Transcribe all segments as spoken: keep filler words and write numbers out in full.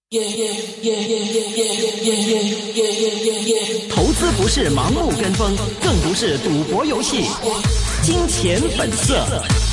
投资不是盲目跟风，更不是赌博游戏。金钱本色。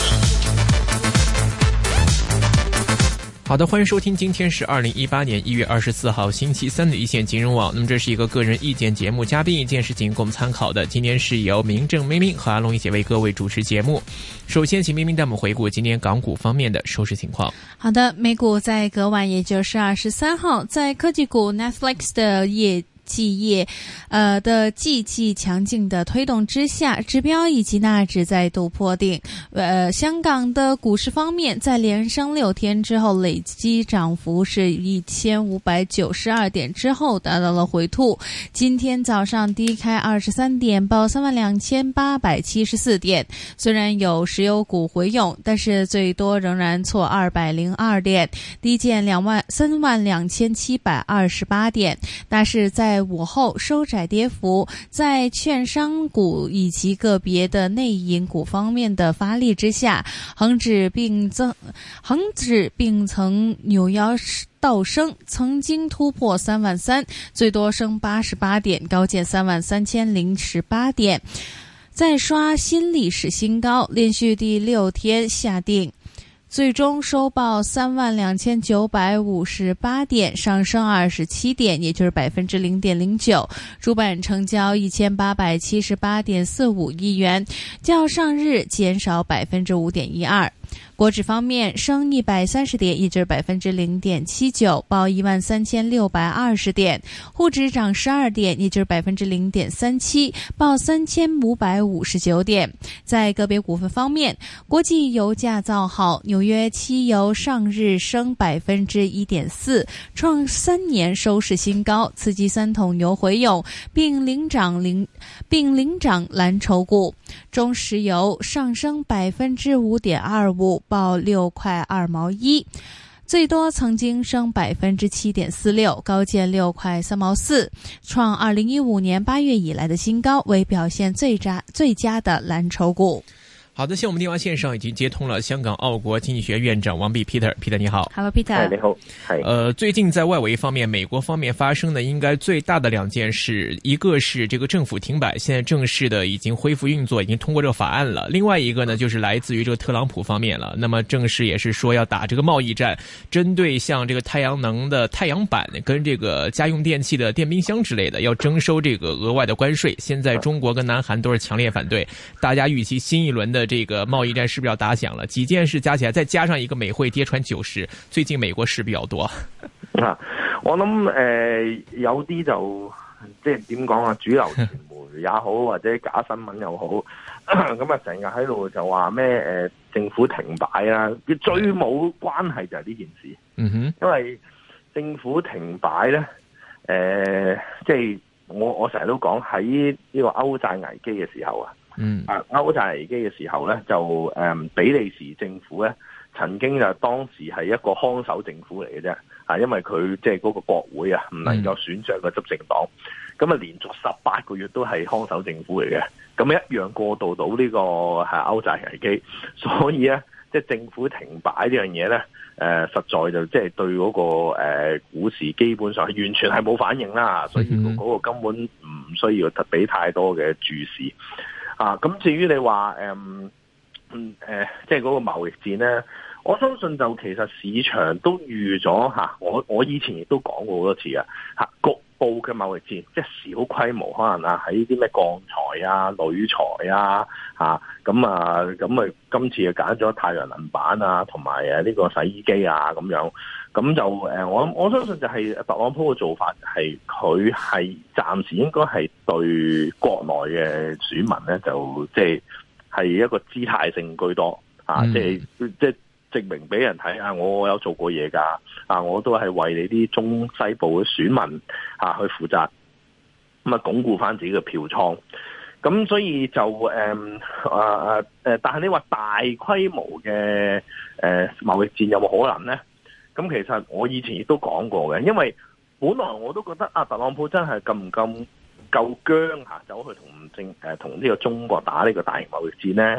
好的，欢迎收听，今天是二零一八年一月二十四号星期三的一线金融网。那么这是一个个人意见节目，嘉宾意见是仅供参考的。今天是由明正、明明和阿龙一起为各位主持节目。首先请明明带我们回顾今天港股方面的收市情况。 好的，美股在隔晚，也就是二十三号，在科技股 Netflix 的业季业呃的季季强劲的推动之下，指标以及纳指再度破顶。呃，香港的股市方面，在连升六天之后，累积涨幅是一千五百九十二点之后达到了回吐。今天早上低开二十三点，报三万两千八百七十四点。虽然有石油股回勇，但是最多仍然挫二百零二点，低见两万三万两千七百二十八点。但是在午后收窄跌幅，在券商股以及个别的内银股方面的发力之下，恒指并增恒指并曾扭腰倒升，曾经突破三万三，最多升八十八点，高见三万三千零十八点，再刷新历史新高，连续第六天下定。最终收报三万两千九百五十八点，上升二十七点，也就是百分之零点零九。主板成交一千八百七十八点四五亿元，较上日减少百分之五点一二。国指方面升一百三十点，也就是百分之零点七九，报一万三千六百二十点。沪指涨十二点，也就是百分之零点三七，报三千五百五十九点。在个别股份方面，国际油价造好，纽约期油上日升百分之一点四，创三年收市新高，刺激三桶油回勇，并领涨领并领涨蓝筹股。中石油上升百分之五点二五，报六块二毛一，最多曾经升百分之七点四六，高见六块三毛四，创二零一五年八月以来的新高，为表现最佳最佳的蓝筹股。 好的，现在我们电话线上已经接通了香港澳国经济学院长王弼 Peter。Peter 你好。 Hello Peter。 你好。 呃，最近在外围方面，美国方面发生的应该最大的两件事，一个是这个政府停摆，现在正式的已经恢复运作，已经通过这个法案了。另外一个呢，就是来自于这个特朗普方面了。那么正式也是说要打这个贸易战，针对像这个太阳能的太阳板跟这个家用电器的电冰箱之类的，要征收这个额外的关税。现在中国跟南韩都是强烈反对，大家预期新一轮的这个贸易战是不是要打响了？几件事加起来，再加上一个美汇跌穿九十，最近美国事比较多。 啊，我諗誒、呃、有啲就即係點講啊，主流傳媒也好，或者假新聞又好，咁啊成日喺度就話咩誒政府停擺啦，最冇關係就係呢件事。 嗯哼， 因為政府停擺咧，誒、呃、即係我我成日都講喺呢個歐債危機嘅時候啊。嗯，啊歐債危機嘅時候咧，就誒、嗯、比利時政府咧曾經就當時係一個看守政府嚟嘅啫，啊，因為佢即係嗰個國會啊唔能夠選上個執政黨，咁啊連續十八個月都係看守政府嚟嘅，咁一樣過渡到呢個係歐債危機，所以咧即係政府停擺呢樣嘢咧，誒、呃、實在就即係對嗰、那個誒、呃、股市基本上係完全係冇反應啦，所以嗰個根本唔需要俾太多嘅注視。啊，咁至於你話誒，嗯誒，即係嗰個貿易戰咧，我相信就其實市場都預咗嚇，我我以前亦都講過好多次啊，嚇局部嘅貿易戰，即係小規模，可能啊喺啲咩鋼材啊、鋁材啊，嚇咁啊，咁啊今次就揀咗太陽能板啊，同埋誒呢個洗衣機啊咁樣。咁就誒，我我相信就係特朗普嘅做法係佢係暫時應該係對國內嘅選民咧，就即係係一個姿態性居多啊！即係即係證明俾人睇啊，我有做過嘢㗎啊！我都係為你啲中西部嘅選民啊去負責，咁啊鞏固翻自己嘅票倉。咁所以就誒啊啊誒，但係你話大規模嘅誒貿易戰有冇可能咧？咁其實我以前亦都講過嘅，因為本來我都覺得啊，特朗普真係咁唔咁夠僵嚇，走去同政誒同呢個中國打呢個大型貿易戰咧，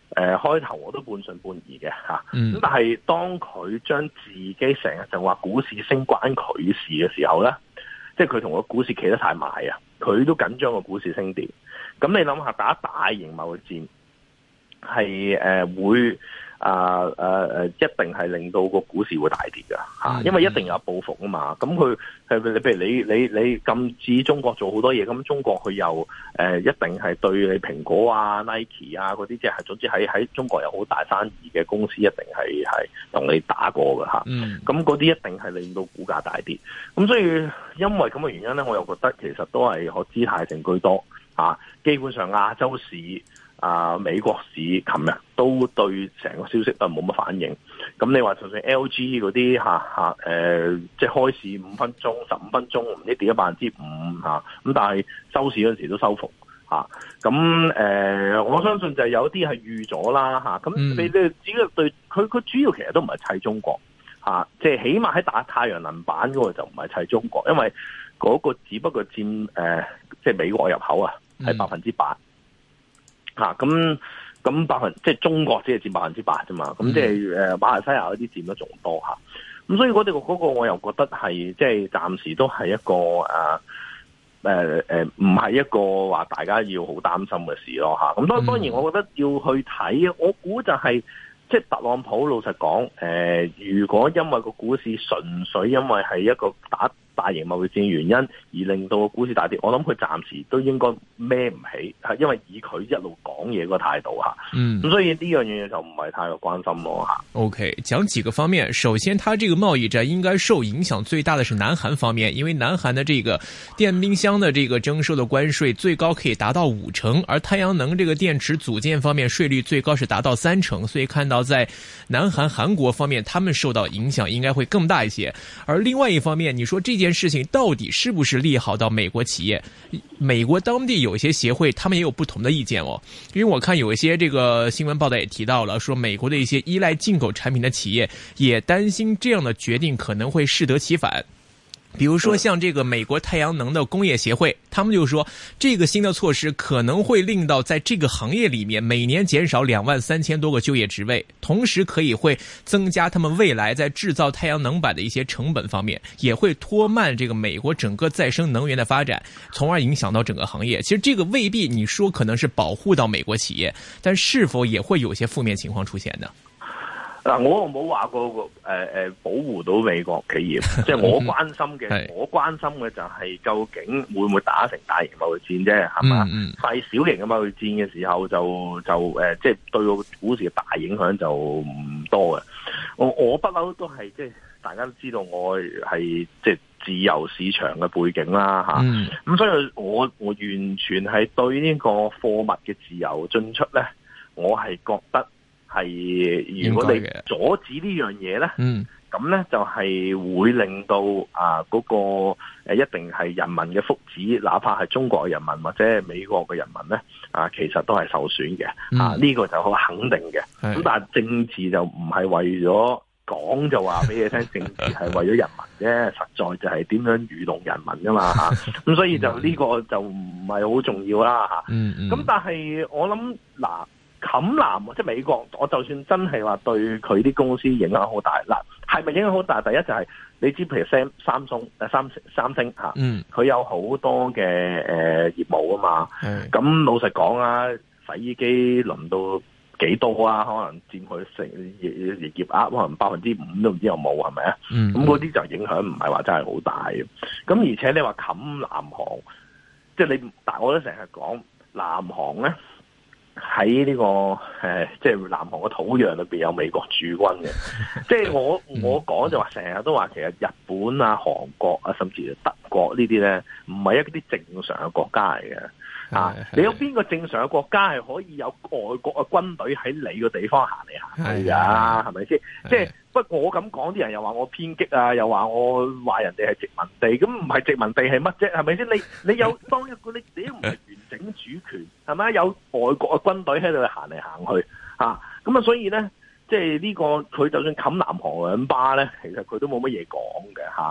誒開頭我都半信半疑嘅嚇，咁、 嗯、 但係當佢將自己成日就話股市升關佢事嘅時候咧，即係佢同個股市企得太埋啊，佢都緊張個股市升跌。咁你諗下打大型貿易戰係誒、呃、會啊誒誒一定係令到個股市會大跌㗎嚇，因為一定有報復啊嘛。咁佢係你譬如你你你禁止中國做好多嘢，咁中國佢又誒、呃、一定係對你蘋果啊、Nike 啊嗰啲，即係總之喺喺中國有好大生意嘅公司，一定係係同你打過㗎嚇。咁嗰啲一定係令到股價大跌。咁所以因為咁嘅原因咧，我又覺得其實都係可姿態性居多嚇。基本上亞洲市。啊！美國市琴日都對成個消息都冇乜反應。咁你話就算 L G 嗰啲嚇嚇誒，即係開市五分鐘、十五分鐘唔知跌咗百分之五嚇，咁但係收市嗰陣時都收復嚇。咁、啊、誒、呃，我相信就係有啲係預咗啦嚇。咁、啊、你你只要對佢佢主要其實都唔係砌中國嚇，即、啊、係、就是、起碼喺打太陽能板嗰個就唔係砌中國，因為嗰個只不過佔誒即係美國入口啊係百分之八。吓咁咁百分即係中國只係佔百分之八啫嘛，咁即係誒馬來西亞嗰啲佔得仲多吓，咁所以我哋嗰個我又覺得係即係暫時都係一個誒誒誒唔係一個話大家要好擔心嘅事咯吓，咁當當然我覺得要去睇，我估就係、是、即係特朗普老實講，誒、呃、如果因為個股市純粹因為係一個打大型貿易戰原因而令到個股市大跌，我諗佢暫時都應該孭唔起，係因為以佢一路講嘢個態度吓，嗯，咁所以呢樣嘢就唔係太過關心咯吓。 OK， 講幾個方面，首先，它這個貿易戰應該受影響最大的是南韓方面，因為南韓的這個電冰箱的這個徵收的關稅最高可以達到五成，而太陽能這個電池組件方面稅率最高是達到三成，所以看到在南韓韓國方面，他們受到影響應該會更大一些。而另外一方面，你說這件事情到底是不是利好到美國企業？美國當地有一些協會，他們也有不同的意見哦。因為我看有一些這個新聞報道也提到了，說美國的一些依賴進口產品的企業也擔心這樣的決定可能會適得其反。比如說像這個美國太陽能的工業協會，他們就說這個新的措施可能會令到在這個行業裏面每年減少兩萬三千多個就業職位，同時可以會增加他們未來在製造太陽能板的一些成本方面，也會拖慢這個美國整個再生能源的發展，從而影響到整個行業。其實這個未必你說可能是保護到美國企業，但是否也會有些負面情況出現呢？ 嗱，我冇話過誒誒、呃、保護到美國企業，即係我關心嘅，我關心嘅就係究竟會唔會打成大型貿易戰啫，係嘛？細小型嘅貿易戰嘅時候就就誒、呃，即係對個股市嘅大影響就唔多嘅。我我不嬲都係即係大家都知道我係即係自由市場嘅背景啦嚇，咁、嗯啊、所以我我完全係對呢個貨物嘅自由進出咧，我係覺得。係如果你阻止呢樣嘢咧，咁、嗯、咧就係會令到啊嗰、那個誒一定係人民嘅福祉，哪怕係中國嘅人民或者美國嘅人民咧，啊其實都係受損嘅、嗯，啊呢、這個就好肯定嘅。咁但係政治就唔係為咗講就話俾你聽，政治係為咗人民啫，實在就係點樣愚弄人民噶嘛吓。咁所以就呢個就唔係好重要啦吓。咁、嗯嗯、但係我諗嗱。冚南即係美國，我就算真係話對佢啲公司影響好大，嗱係咪影響好大？第一就係、是、你知，譬如三三松誒三三星嚇，佢、嗯、有好多嘅誒、呃、業務啊嘛。咁老實講啊，洗衣機輪到幾多啊？可能佔佢成業業額可能百分之五都唔知有冇係咪啊？咁嗰啲就影響唔係話真係好大嘅。咁而且你話冚南韓，即係你，但我都成日講南韓咧。喺呢、這個誒，即、呃、係、就是、南韓嘅土壤裏邊有美國駐軍嘅，即係我我講就話成日都話，其實日本啊、韓國啊，甚至德國呢啲咧，唔係一啲正常嘅國家嚟嘅。啊！你有邊個正常嘅國家係可以有外國嘅軍隊喺你個地方行嚟行去啊？係咪先？即係不過我咁講，啲人又話我偏激啊，又話我話人哋係殖民地，咁唔係殖民地係乜啫？係咪先？你你有當一個你你都唔係完整主權，係咪？有外國嘅軍隊喺度行嚟行去啊！咁啊，所以咧。即係呢個佢就算冚南韓兩巴咧，其實佢都冇乜嘢講嘅嚇。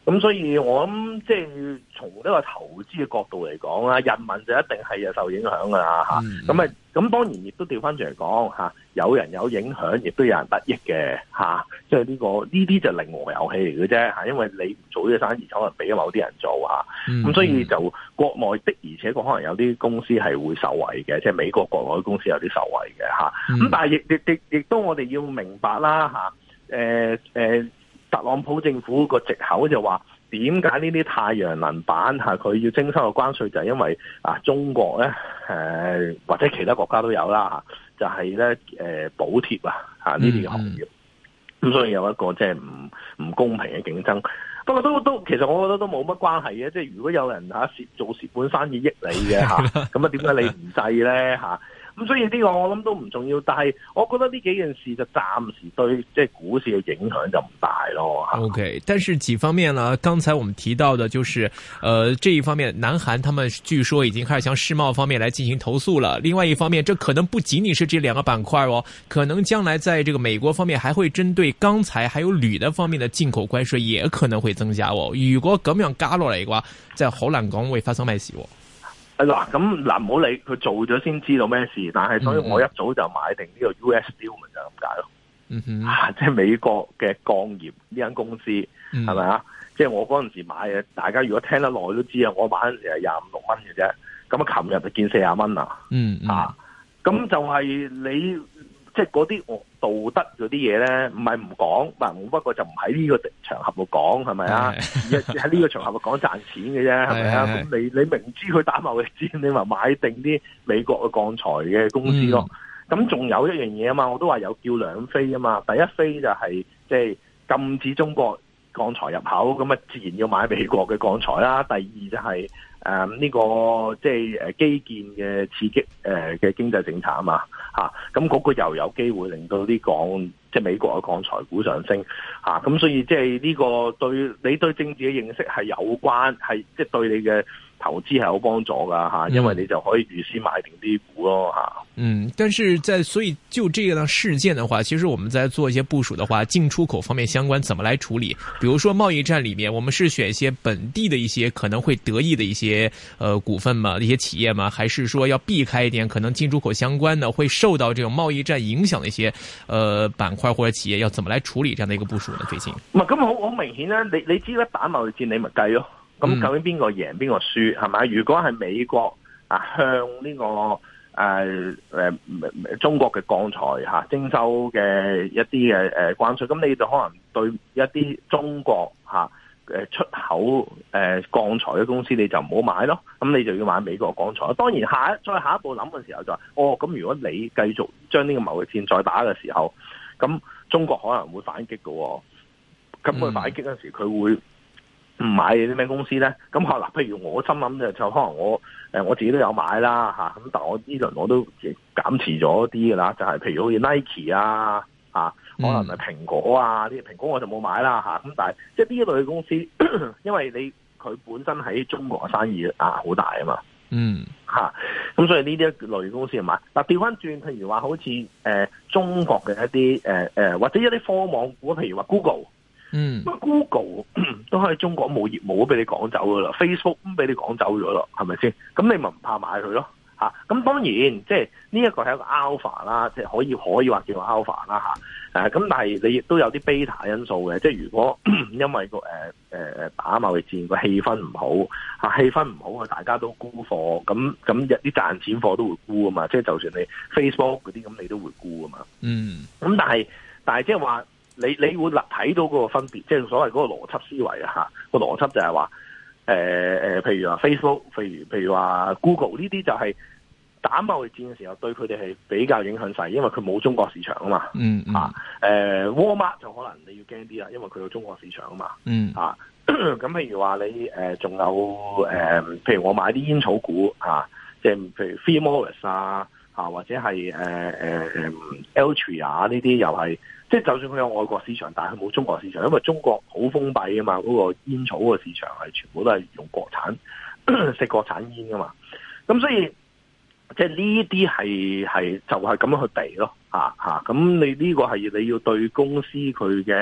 咁所以我諗即係從呢個投資嘅角度嚟講啦，人民就一定係受影響噶啦嚇。咁啊咁當然亦都調翻轉嚟講嚇，有人有影響，亦都有人得益嘅嚇。即係呢個呢啲就零和遊戲嚟嘅啫嚇，因為你唔做呢個生意，可能俾某啲人做嚇。咁、嗯、所以就國內的而且確可能有啲公司係會受惠嘅，即係美國國內公司有啲受惠嘅嚇。咁、嗯、但係亦亦亦亦都我哋要明白啦嚇。誒、呃、誒。特朗普政府個藉口就話點解呢啲太陽能板嚇佢要徵收個關稅，就係因為啊中國咧誒、呃、或者其他國家都有啦嚇，就係咧誒補貼啊嚇呢啲嘅行業，咁、嗯、所以有一個即係唔唔公平嘅競爭。不過都都其實我覺得都冇乜關係嘅，即係如果有人嚇蝕做蝕本生意益你嘅嚇，咁啊點解你唔制咧嚇？咁所以呢個我諗都唔重要，但係我覺得呢幾件事就暫時對即係股市嘅影響就唔大咯。 OK， 但是幾方面呢？剛才我們提到的，就是呃這一方面，南韓他們據說已經開始向世貿方面來進行投訴了。另外一方面，這可能不僅僅是這兩個板塊哦，可能將來在這個美國方面還會針對鋼材還有鋁的方面的進口關稅也可能會增加哦。如果咁樣加落嚟嘅話，就好難講會發生咩事喎。 嗱咁嗱唔好理佢做咗先知道咩事，但係所以我一早就買定呢個 U S Steel 咪就係咁解咯。嗯哼，啊、即係美國嘅鋼業呢間公司係咪啊？即係我嗰陣時買嘅，大家如果聽得耐都知啊。我買嗰陣時係廿五六蚊嘅啫，咁啊琴日就見四十蚊啦。嗯啊，咁就係你即係嗰啲道德嗰啲嘢咧，唔係唔講，唔不過就唔喺呢個場合度講，係咪啊？喺呢個場合度講賺錢嘅啫，係咪啊？咁你你明知佢打貿易戰，你咪買定啲美國嘅鋼材嘅公司咯。咁、嗯、仲有一樣嘢啊嘛，我都話有叫兩飛啊嘛。第一飛就係即係禁止中國鋼材入口，咁啊自然要買美國嘅鋼材啦。第二就係誒呢個即係誒基建嘅刺激誒嘅經濟政策啊嘛。嚇，咁嗰個又有機會令到啲鋼，即係美國嘅鋼材股上升，嚇，咁所以即係呢個對你對政治嘅認識係有關，係即係對你嘅投資係有幫助噶嚇，因為你就可以預先買定啲股咯嚇。 嗯，但是在所以就這個事件的話，其實我們在做一些部署的話，進出口方面相關怎麼來處理？比如說貿易戰裏面，我們是選一些本地的一些可能會得益的一些呃股份嘛，一些企業嘛，還是說要避開一點可能進出口相關的會受到這種貿易戰影響的一些呃板塊或者企業，要怎麼來處理這樣的一個部署呢？最近唔係咁好好明顯啦，你你知啦，打貿易戰你咪計咯。咁究竟邊個贏邊個輸係咪？如果係美國啊向呢、這個誒誒、呃、中國嘅鋼材嚇徵收嘅一啲嘅誒關稅，咁你就可能對一啲中國嚇誒出口誒鋼材嘅公司你就唔好買咯。咁你就要買美國鋼材。當然下一再下一步諗嘅時候就係、是，哦咁如果你繼續將呢個貿易戰再打嘅時候，咁中國可能會反擊嘅、哦。咁佢反擊嗰時佢會唔買啲咩公司咧？咁可能譬如我心諗就就可能我誒我自己都有買啦嚇，咁但係我呢輪我都減持咗啲㗎啦，就係、是、譬如好似 Nike 啊嚇，可能係蘋果啊啲、嗯、蘋果我就冇買啦嚇，咁但係即係呢一類嘅公司，因為你佢本身喺中國嘅生意啊好大啊嘛，嗯嚇，咁所以呢啲一類公司買。嗱調翻轉，譬如話好似誒、呃、中國嘅一啲誒誒或者一啲科網股，譬如話 Google。嗯，Google 都喺中國冇業務都俾你趕走噶啦 ，Facebook 都俾你趕走咗咯，係咪先？咁你咪唔怕買佢咯？吓、啊，咁當然即係呢一個係一個 alpha 啦，即係可以可以話叫做 alpha 啦吓。誒、啊，咁但係你亦都有啲 beta 因素嘅，即係如果因為個誒誒誒打貿易戰個氣氛唔好吓，氣氛唔好啊，大家都沽貨，咁咁一啲賺錢貨都會沽啊嘛，即係就算你 Facebook 嗰啲咁，你都會沽啊嘛。嗯，咁但係但係即係話。你你會睇到嗰個分別，即係所謂嗰個邏輯思維啊嚇，個邏輯就係話，誒誒，譬如話 Facebook，譬如譬如話 Google 呢啲就係打貿易戰嘅時候對佢哋係比較影響細，因為佢冇中國市場啊嘛。嗯嗯。啊，誒 Walmart 就可能你要驚啲啦，因為佢有中國市場啊嘛。嗯。啊，咁譬如話你誒仲有誒，譬如我買啲煙草股啊，即係譬如 Philip Morris 啊，嚇或者係誒誒誒 Altria 呢啲又係。即係就算佢有外國市場，但係佢冇中國市場，因為中國好封閉啊嘛，嗰、那個煙草嘅市場係全部都係用國產食國產煙噶嘛，咁所以即係呢啲係係就係咁樣去避咯，嚇嚇咁你呢個係你要對公司佢嘅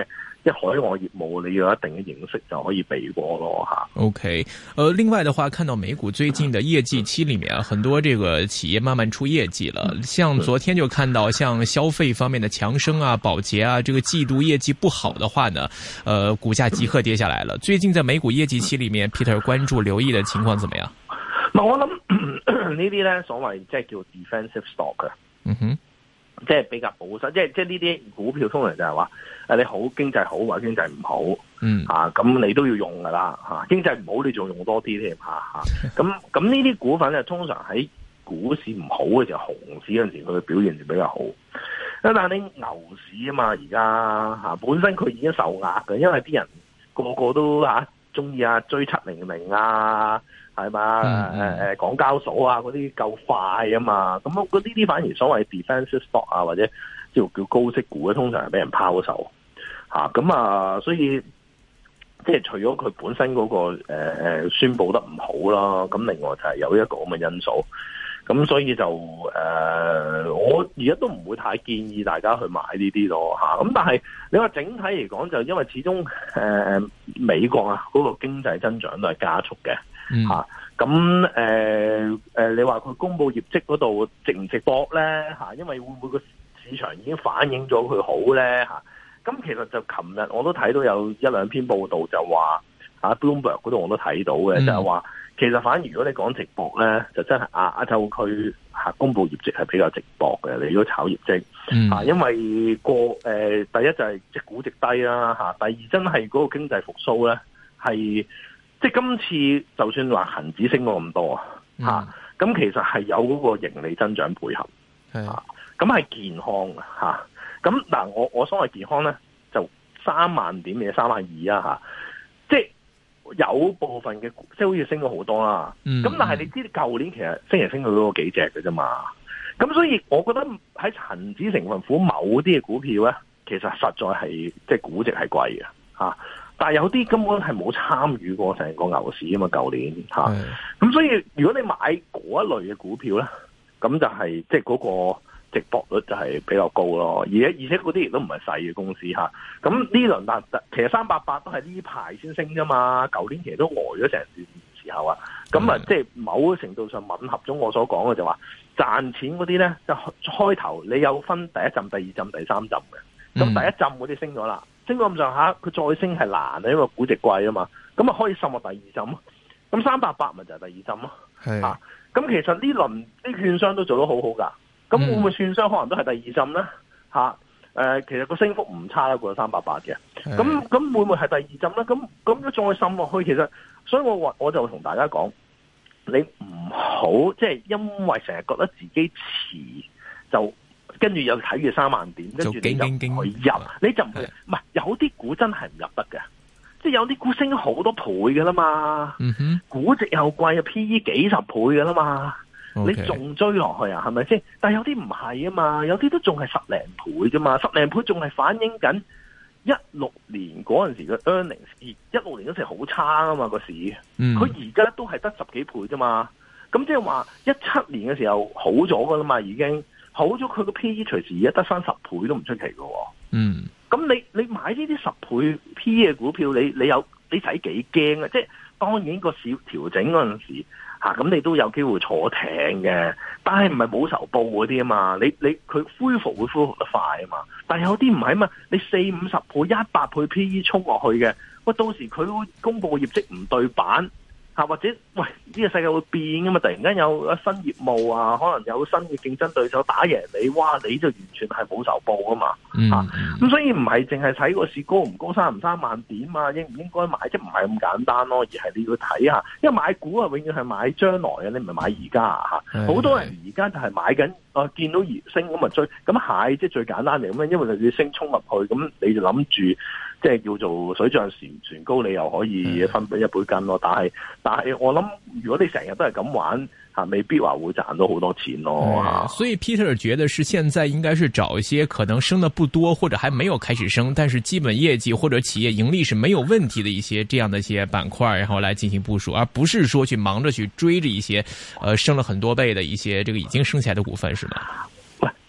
即係海外業務你要有一定嘅認識就可以避過咯吓。 OK， 呃，另外的話，看到美股最近的業績期裏面，很多這個企業慢慢出業績了。像昨天就看到，像消費方面的強生啊、寶潔啊，這個季度業績不好的話呢，呃，股價即刻跌下來了。最近在美股業績期裏面 ，Peter 關注留意的情況怎麼樣？ 我諗呢啲咧所謂即係叫 defensive stock 嘅，嗯哼，即係比較保守，即係即係呢啲股票通常就係話誒你好經濟好或者經濟唔好，嗯啊咁你都要用噶啦吓，經濟唔好你仲用多啲添吓吓，咁咁呢啲股份咧通常喺股市唔好嘅時候，熊市嗰陣時佢嘅表現就比較好，但係你牛市啊嘛而家吓本身佢已經受壓嘅，因為啲人個個都吓中意啊追七零零啊。係嘛？誒誒，港交所啊，嗰啲夠快啊嘛，咁嗰呢啲反而所謂 defensive stock 啊，或者叫叫高息股咧，通常係俾人拋售吓，咁啊，所以即係除咗佢本身嗰、嗰個誒誒、呃、宣佈得唔好啦，咁另外就係有一個咁嘅因素，咁所以就誒、呃，我而家都唔會太建議大家去買呢啲咯吓，咁但係你話整體嚟講，就因為始終誒、呃、美國啊嗰、嗰個經濟增長都係加速嘅。吓咁誒誒，你話佢公布業績嗰度值唔值博咧吓？因為會唔會個市場已經反映咗佢好咧吓？咁其實就琴日我都睇到有一兩篇報道就話吓 Bloomberg 嗰度我都睇到嘅，嗯、就係話其實反而如果你講值博咧，就真係亞洲區吓公布業績係比較值博嘅。你如果炒業績吓，嗯、因為個誒、呃、第一就係即估值低啦吓，第二真係嗰個經濟復甦咧係。即係今次就算話恒指升咗咁多啊，吓咁、嗯、其實係有嗰個盈利增長配合，吓咁係健康嘅吓。咁、啊、嗱，我我所謂健康咧，就三萬點嘅三萬二啊吓。即係有部分嘅即係好似升咗好多啦。咁、嗯、但係你知舊年其實升嚟升去嗰個幾隻嘅啫嘛。咁所以我覺得喺恒指成分股某啲嘅股票咧，其實實在係即係估值係貴嘅吓。但係有啲根本係冇參與過成個牛市啊嘛，舊年吓，咁所以如果你買嗰一類嘅股票咧，咁就係即係嗰個值博率就係比較高咯，而且而且嗰啲亦都唔係細嘅公司吓，咁呢輪但其實三八八都係呢排先升啫嘛，舊年其實都呆咗成段時候啊，咁啊即係某個程度上吻合咗我所講嘅就話賺錢嗰啲咧，就開頭你有分第一浸、第二浸、第三浸嘅，咁第一浸嗰啲升咗啦。升到咁上下，佢再升係難啊，因為估值貴啊嘛，咁啊可以滲落第二浸咯。咁三百八咪就係第二浸咯。係是啊，咁其實呢輪啲券商都做得好好噶。咁會唔會券商可能都係第二浸咧？吓、啊，誒、呃，其實個升幅唔差啦，過三百八嘅。咁咁是會唔會係第二浸咧？咁咁再滲落去，其實，所以我話我就同大家講，你唔好即係因為成日覺得自己遲就。跟住又睇住三萬點，跟住你就唔去入，你就唔去，唔係有啲股真係唔入得嘅，即係有啲股升咗好多倍嘅啦嘛，嗯、哼估值又貴啊 ，P E 幾十倍嘅啦嘛，okay. 你仲追落去啊？係咪先？但係有啲唔係啊嘛，有啲都仲係十零倍啫嘛，十零倍仲係反映緊一六年嗰陣時嘅 earnings， 而一六年嗰時好差啊嘛個市，佢而家都係得十幾倍啫嘛，咁即係話一七年嘅時候好咗噶啦嘛，已經。好咗，佢個 P E 隨時而家得翻十倍都唔出奇嘅。嗯，咁你你買呢啲十倍 P E 嘅股票，你你有你使幾驚啊？即係當然個市調整嗰陣時吓，咁、啊、你都有機會坐艇嘅，但係唔係冇仇報嗰啲啊嘛。你你佢恢復會恢復得快啊嘛。但係有啲唔係啊嘛，你四五十倍、一百倍 P E 衝落去嘅，喂，到時佢會公布業績唔對版。吓，或者喂，呢個世界會變噶嘛？突然間有新業務啊，可能有新嘅競爭對手打贏你，哇！你就完全係冇仇報噶嘛？嗯、啊，咁所以唔係淨係睇個市高唔高，三唔三萬點啊，應唔應該買，即係唔係咁簡單咯？而係你要睇下，因為買股啊，永遠係買將來啊，你唔係買而家啊吓。好多人而家就係買緊，啊見到熱升咁啊追，咁係即係最簡單嚟咁樣，因為你升衝入去，咁你就諗住。即係叫做水漲船船高，你又可以分一杯羹咯。但係但係我諗，如果你成日都係咁玩吓，未必話會賺到好多錢咯。 所以 Peter 覺得是現在應該是找一些可能升得不多，或者還沒有開始升，但是基本業績或者企業盈利是沒有問題的一些這樣的一些板塊，然後來進行部署，而不是說去忙着去追着一些，呃升了很多倍的一些這個已經升起來的股份，是嗎？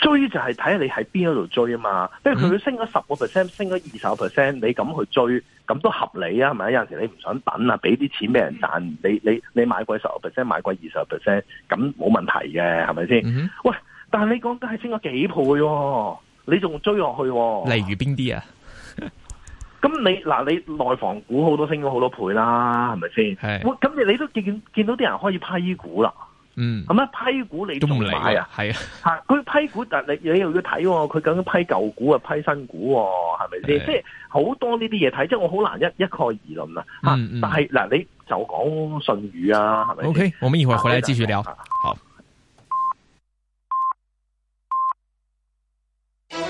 追就係睇下你喺邊一度追啊嘛，因為佢升咗十個 percent， 升咗二十個 percent， 你咁去追，咁都合理啊，係咪？有陣時你唔想等啊，俾啲錢俾人賺，你你你買貴十個 percent， 買貴二十個 percent， 咁冇問題嘅，係咪先？嗯、喂，但係你講緊係升咗幾倍喎，你仲追落去喎？ 例如邊啲啊？ 咁你嗱，你內房股好多升咗好多倍啦，係咪先？係。咁你你都見見到啲人開始批股啦。嗯，係咪批股你仲買啊？係啊，吓佢批股，但你你又要睇，佢究竟批舊股啊，批新股，係咪先？即係好多呢啲嘢睇，即係我好難一一概而論啊。吓、嗯嗯，但係嗱，你就講信譽啊，係咪 ？OK，我們一會兒回來繼續聊。好。